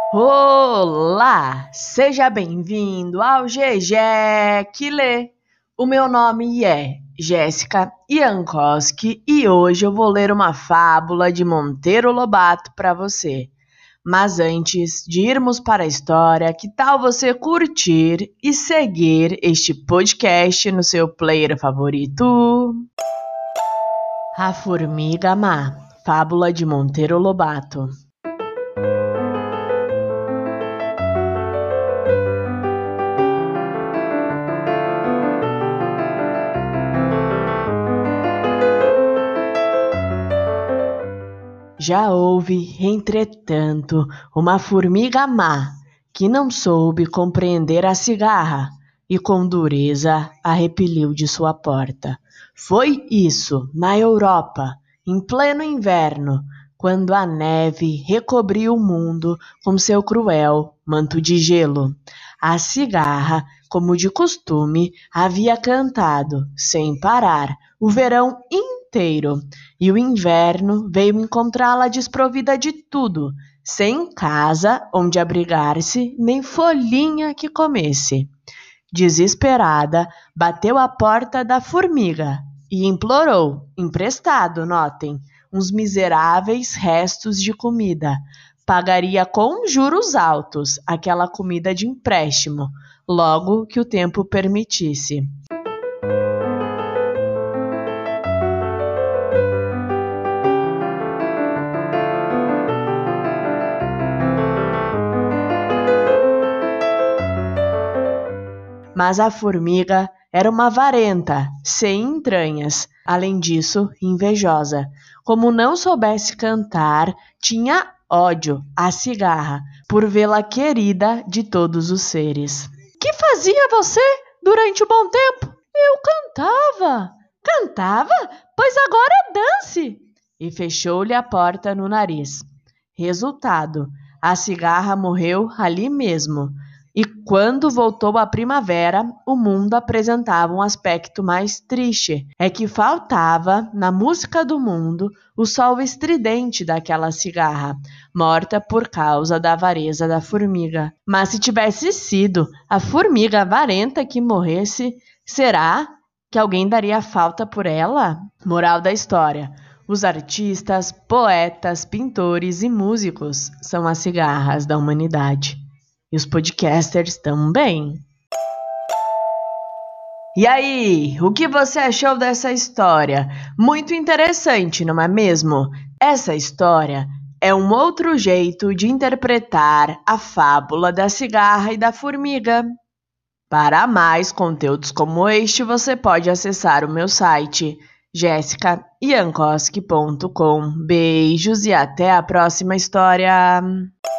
Olá, seja bem-vindo ao GG que lê. O meu nome é Jéssica Jankowski e hoje eu vou ler uma fábula de Monteiro Lobato para você. Mas antes de irmos para a história, que tal você curtir e seguir este podcast no seu player favorito? A Formiga Má, fábula de Monteiro Lobato. Já houve, entretanto, uma formiga má que não soube compreender a cigarra e com dureza a repeliu de sua porta. Foi isso na Europa, em pleno inverno, quando a neve recobriu o mundo com seu cruel manto de gelo. A cigarra, como de costume, havia cantado, sem parar, o verão inteiro, e o inverno veio encontrá-la desprovida de tudo, sem casa onde abrigar-se, nem folhinha que comesse. Desesperada, bateu à porta da formiga e implorou, emprestado, notem, uns miseráveis restos de comida. Pagaria com juros altos aquela comida de empréstimo, logo que o tempo permitisse. Mas a formiga era uma avarenta, sem entranhas. Além disso, invejosa. Como não soubesse cantar, tinha ódio à cigarra, por vê-la querida de todos os seres. Que fazia você durante o bom tempo? Eu cantava. Cantava? Pois agora dance! E fechou-lhe a porta no nariz. Resultado, a cigarra morreu ali mesmo. E quando voltou a primavera, o mundo apresentava um aspecto mais triste. É que faltava, na música do mundo, o sol estridente daquela cigarra, morta por causa da avareza da formiga. Mas se tivesse sido a formiga avarenta que morresse, será que alguém daria falta por ela? Moral da história: os artistas, poetas, pintores e músicos são as cigarras da humanidade. E os podcasters também. E aí, o que você achou dessa história? Muito interessante, não é mesmo? Essa história é um outro jeito de interpretar a fábula da cigarra e da formiga. Para mais conteúdos como este, você pode acessar o meu site jessicajankowski.com. Beijos e até a próxima história!